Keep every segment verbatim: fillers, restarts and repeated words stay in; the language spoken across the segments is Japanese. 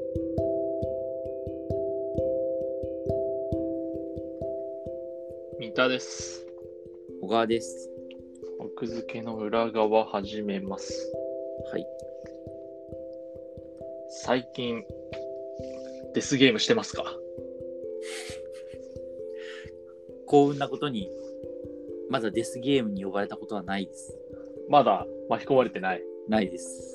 三田です。 小川です。 奥付けの裏側始めます。 はい。 最近デスゲームしてますか？ 幸運なことにまだデスゲームに呼ばれたことはないです。 まだ巻き込まれてない。 ないです。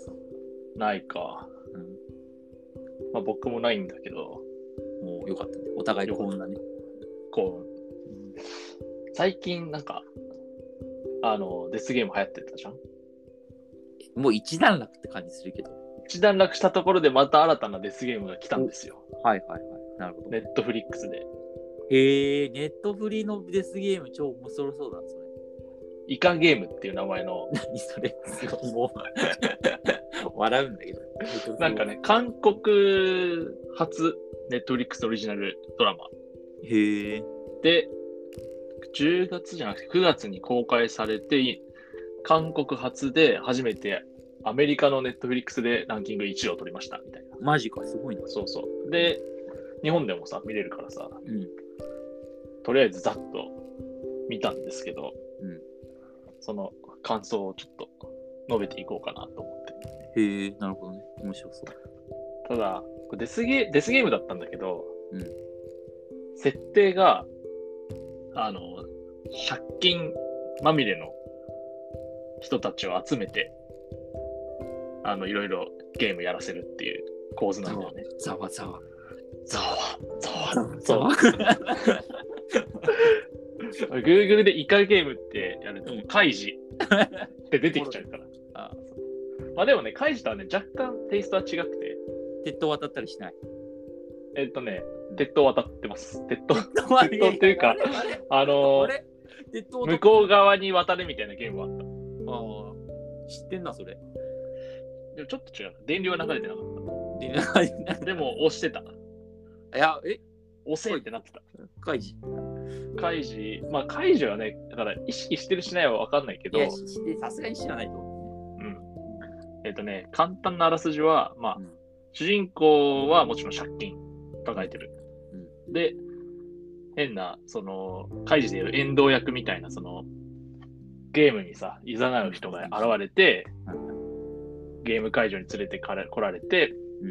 ないか。 うん、 まあ僕もないんだけど。 もうよかったね。お互い幸運だね。 幸運。うん、最近なんかあのデスゲーム流行ってたじゃん。 もう一段落って感じするけど。 一段落したところでまた新たなデスゲームが来たんですよ。 はいはいはい。なるほど。 ネットフリックスで。 へえ、ネットフリのデスゲーム超面白そうだな、それ。 イカゲームっていう名前の。 何それすごいもう笑うんだけど。 なんかね、韓国初ネットフリックスオリジナルドラマ。 へえ。 で、じゅうがつじゃなくてくがつに公開されて、韓国初で初めてアメリカのネットフリックスでランキングいちいを取りましたみたいな。 マジか、すごいな。 そうそう。で、日本でもさ、見れるからさ、 うん、 とりあえずざっと見たんですけど、 うん、 その感想をちょっと述べていこうかなと思って。 へえ、なるほどね。面白そう。 ただ、デスゲ、デスゲームだったんだけど、 うん、 設定が、あの、借金まみれの人たちを集めて、あの、いろいろゲームやらせるっていう構図なんだよね。 ざわざわ。 ざわ、ざわ、ざわ。Google でイカゲームってやると、カイジって出てきちゃうから。ああ、そう。まあでもね、カイジとはね、若干テイストは違くて。 鉄塔渡ったりしない？ えっとね、鉄塔渡ってます。鉄塔、鉄塔っっていうか、あのー、向こう側に渡るみたいなゲームはあった。 ああ、知ってんな、それ。 でもちょっと違う。電流は流れてなかった。でも押してた。 いや、え押せってなってた。 カイジ。 カイジ、まあカイジはね、だから意識してるしないは分かんないけど、 いや、さすがに知らないと。 うん。えっとね、簡単なあらすじは、まあ、うん、主人公はもちろん借金抱えてる。うん、で、変な、その、カイジでいう遠藤役みたいな、その、ゲームにさ、いざなう人が現れて、うん、ゲーム会場に連れてかれ来られて、うん、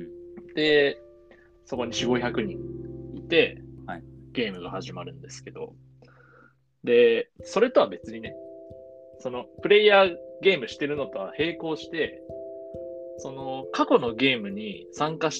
で、そこによん、ごひゃくにんいて、はい、ゲームが始まるんですけど、で、それとは別にね、そのプレイヤーゲームしてるのとは並行して、その過去のゲームに参加した、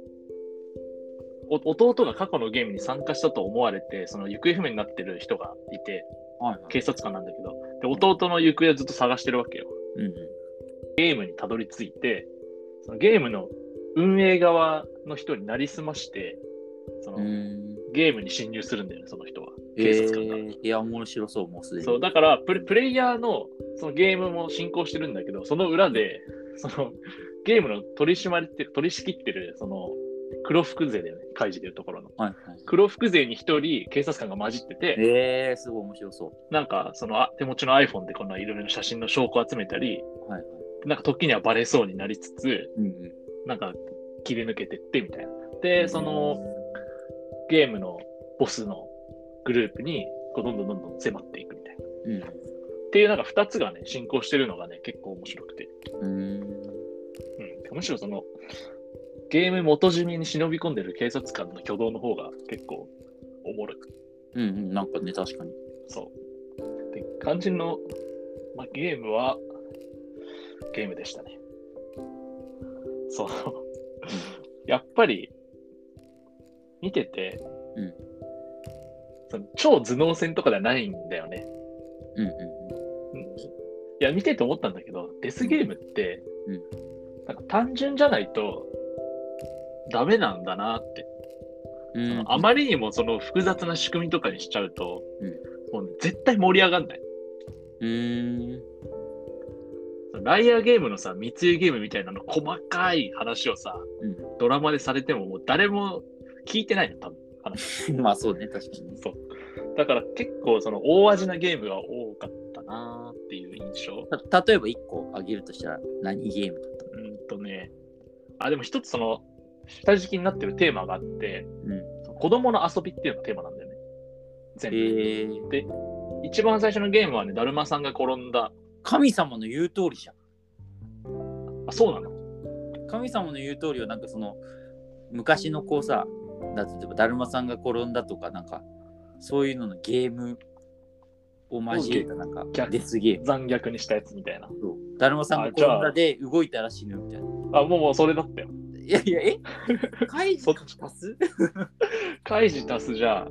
弟が過去のゲームに参加したと思われて、その行方不明になってる人がいて、はいはい、警察官なんだけど、で弟の行方をずっと探してるわけよ。うんうん、ゲームにたどり着いて、そのゲームの運営側の人になりすまして、そのゲームに侵入するんだよね、その人は。警察官が。えー、 いや、面白そう、もうすでに。 そう、だからプレ、プレイヤーのそのゲームも進行してるんだけど、その裏で、そのゲームの取り締まりって、取り仕切ってる、その黒服勢だよね、カイジでいうところの。はいはい、黒服勢に一人警察官が混じってて、 えー、すごい面白そう。 なんか、そのあ手持ちの iPhone でこのいろいろな写真の証拠を集めたり、はいはい、なんか時にはバレそうになりつつ、うんうん、なんか切り抜けてってみたいな。で、そのゲームのボスのグループにこうどんどんどんどん迫っていくみたいな。うん、っていうなんか二つがね、進行してるのがね、結構面白くて。うん、うん、むしろそのゲーム元締めに忍び込んでる警察官の挙動の方が結構おもろい。 うんうん、なんかね、確かに。 そう。で、肝心の、まあ、ゲームはゲームでしたね。そう。やっぱり見てて、うん、その超頭脳戦とかではないんだよね。うんうんうん。いや、見てて思ったんだけど、デスゲームって、うん、なんか単純じゃないとダメなんだなって。うん、そのあまりにもその複雑な仕組みとかにしちゃうと、うん、もう絶対盛り上がんない。うーん。ライアーゲームのさ、密輸ゲームみたいなの細かい話をさ、うん、ドラマでされてももう誰も聞いてないの、多分話。 まあそうね、確かに。 そう。だから結構その大味なゲームが多かったなーっていう印象。 た例えば一個挙げるとしたら何ゲームだったの？ うんとね、あ、でも一つその下敷きになってるテーマがあって、 うん。 子供の遊びっていうのがテーマなんだよね。全部。 えー、 で、一番最初のゲームはね、だるまさんが転んだ。 神様の言う通りじゃん。 あ、そうなの？ 神様の言う通りはなんかその昔のこうさ、だ例えばだるまさんが転んだとかなんかそういうののゲームを交えたなんかデスゲーム。 残虐にしたやつみたいな。 そうだるまさんが転んだで動いたら死ぬみたいな。 あ、もうもうそれだったよ。 いやいや、えカイジ足すカイジ足すじゃあ、うん、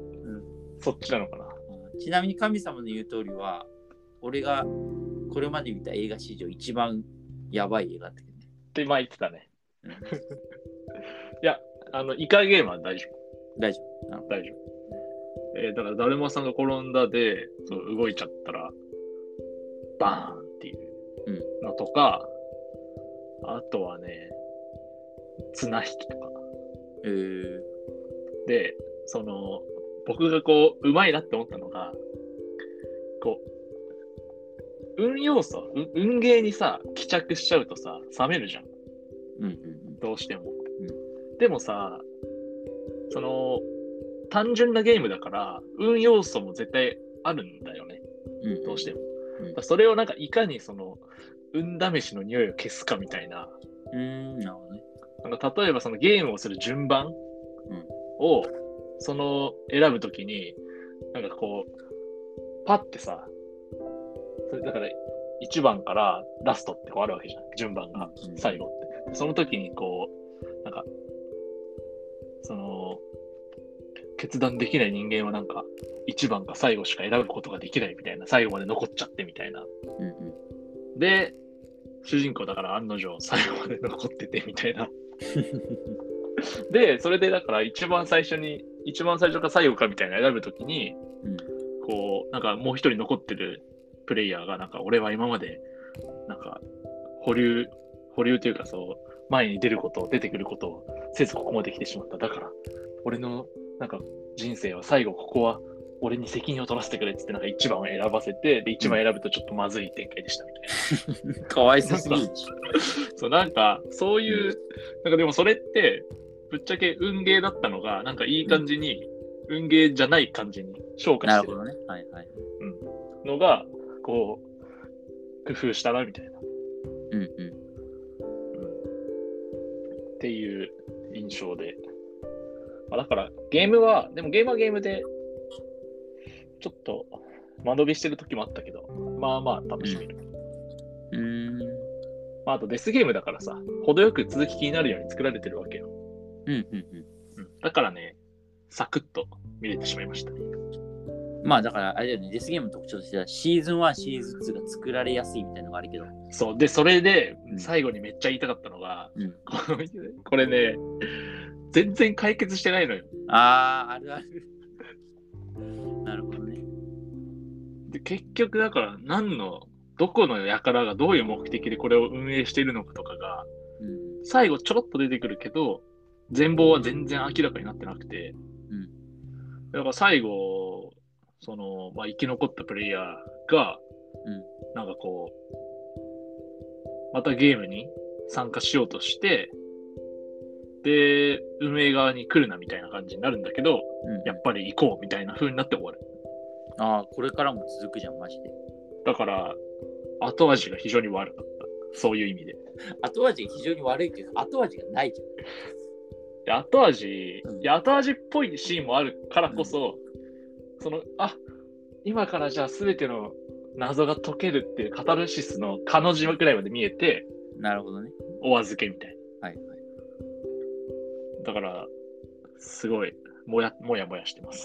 そっちなのかな。 ちなみに神様の言う通りは、俺がこれまで見た映画史上一番やばい映画だったけどね。 って前言ってたね。 うん、いや、あの、イカゲームは大丈夫。 大丈夫。 大丈夫。えー、だから、だるまさんが転んだで、そう動いちゃったら、バーンっていうのとか、うん、あとはね、綱引きとか。 えー、 で、その、僕がこう、うまいなって思ったのが、こう、運要素、運ゲーにさ、帰着しちゃうとさ、冷めるじゃん。 うんうんうん、 どうしても、 うん。 でもさ、その、単純なゲームだから、運要素も絶対あるんだよね。うん、どうしても。うん、それをなんか、いかにその、運試しの匂いを消すかみたいな。 うーん、なるほどね。 なんか例えばそのゲームをする順番を、その選ぶときに、なんかこう、パッてさ、それだからいちばんからラストってこうあるわけじゃん。順番が、最後って。その時にこう、なんか、その、決断できない人間はなんか、いちばんか最後しか選ぶことができないみたいな、最後まで残っちゃってみたいな。うんうん、で、主人公だから案の定最後まで残っててみたいな。で、それでだから一番最初に、一番最初か最後かみたいな選ぶときに、うん、こう、なんかもう一人残ってるプレイヤーが、なんか俺は今まで、なんか保留、保留というかそう、前に出ること、出てくることをせずここまで来てしまった。だから、俺のなんか人生は最後ここは俺に責任を取らせてくれって言って、なんか一番を選ばせて、で、一番選ぶとちょっとまずい展開でしたみたいな。 かわいそうすぎる。 そう、なんか、そういう、なんかでもそれって、ぶっちゃけ運ゲーだったのが、なんかいい感じに、うん、運ゲーじゃない感じに昇華してる。 なるほどね。はいはい。 うん。のが、こう、工夫したな、みたいな。 うんうん。 うん。っていう印象で。まあ、だから、ゲームは、でもゲームはゲームで、ちょっと間延びしてる時もあったけど、まあまあ楽しめる。 うん。うんまあ、あとデスゲームだからさ、程よく続き気になるように作られてるわけよ。 うんうんうん。 うん、だからね、サクッと見れてしまいましたね。 まあだからあれだよね、デスゲームの特徴としてはシーズンワン、シーズンツーが作られやすいみたいなのがあるけど。 そう、で、それで最後にめっちゃ言いたかったのが、うん、これね、全然解決してないのよ。 あー、あるある。なるほどね。 で、結局だから何の、どこの輩がどういう目的でこれを運営しているのかとかが、うん、最後ちょろっと出てくるけど、全貌は全然明らかになってなくて、うん、だから最後、その、まあ、生き残ったプレイヤーが、うん、なんかこう、またゲームに参加しようとして、で、運営側に来るなみたいな感じになるんだけど、うん、やっぱり行こうみたいな風になって終わる。 ああ、これからも続くじゃん、マジで。 だから、後味が非常に悪かった。そういう意味で。 後味が非常に悪いっていうか、後味がないじゃん。 いや、後味、うん、いや、後味っぽいシーンもあるからこそ、うん、その、あ、今からじゃあ全ての謎が解けるっていうカタルシスの彼女くらいまで見えて、 なるほどね。 お預けみたいな。はいはい。 だから、すごい、もや、もやもやしてます。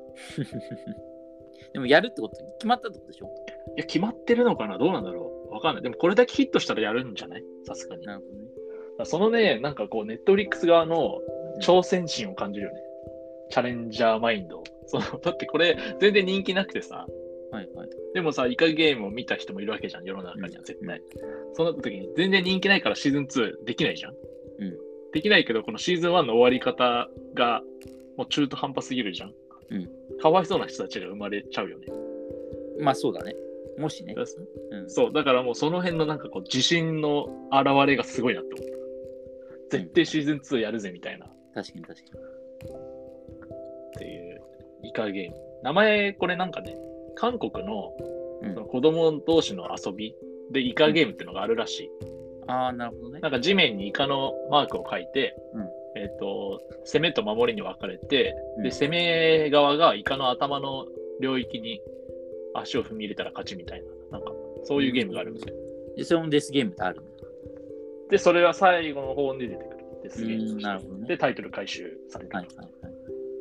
でもやるってこと決まったってことでしょ？ いや、決まってるのかな？どうなんだろう？わかんない。でもこれだけヒットしたらやるんじゃない？さすがに。 なるほどね。 そのね、なんかこう、ネットフリックス側の挑戦心を感じるよね。うん、チャレンジャーマインド。そのだってこれ、全然人気なくてさ。 はいはい。 でもさ、イカゲームを見た人もいるわけじゃん、世の中には絶対。うん、そうなった時に、全然人気ないからシーズンツーできないじゃん。うん。できないけど、このシーズンワンの終わり方が、もう中途半端すぎるじゃん。うん。かわいそうな人たちが生まれちゃうよね。 まあそうだね。もしね。 うん、そう、だからもうその辺のなんかこう自信の表れがすごいなって思った。 絶対シーズンツーやるぜみたいな。 確かに確かに。 っていうイカゲーム。名前、これなんかね、韓国の、 うん、 その子供同士の遊びでイカゲームっていうのがあるらしい。 うん、ああ、なるほどね。 なんか地面にイカのマークを書いて、 うん、 えっと、攻めと守りに分かれて、 うん、 で、攻め側がイカの頭の領域に足を踏み入れたら勝ちみたいな、なんか、そういうゲームがあるみたいな。 で、それもデスゲームってあるの？で、 それは最後の方に出てくるデスゲームとして。 なるほどね。 で、タイトル回収される。 はいはいはい。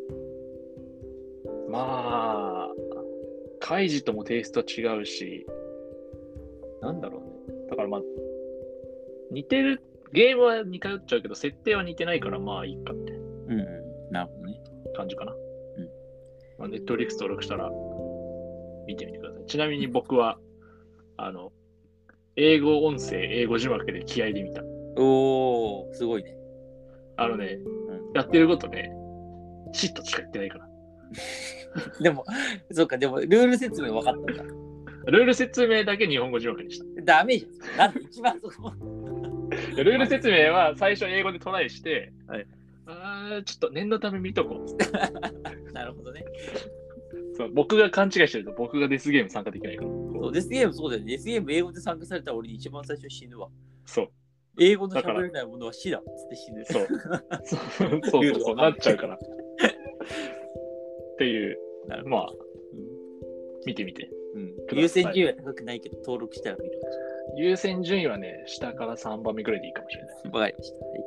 まあ、カイジともテイスト違うし、なんだろうね。だからまあ、似てる、ゲームは似通っちゃうけど、設定は似てないからまあいいかってうん、うん、なるほどね。 感じかな。 うん。 まあ、ネットフリックス登録したら見てみてください。ちなみに僕は、あの、英語音声、英語字幕で気合で見た。 おー、すごいね。 あのね、 うん、 やってることね、シットしか言ってないから。 でも、そうか、でもルール説明分かったんだ。 ルール説明だけ日本語字幕にした。 ダメじゃん。なんで一番そこ。 ルール説明は最初英語でトライして、 はい、 あーちょっと念のため見とこう。なるほどね。 そう。僕が勘違いしてると僕がデスゲーム参加できないから。 そうデスゲームそうだよね。デスゲーム英語で参加されたら俺に一番最初死ぬわ。 そう。 英語の喋れないものは死だっつって死ぬ。 そう。そうそうそうそうなっちゃうから。っていう、まあ、うん、見てみて。 うん、優先順位は高くないけど登録したら見る。 優先順位はね、下からさんばんめぐらいでいいかもしれない。 わかりました。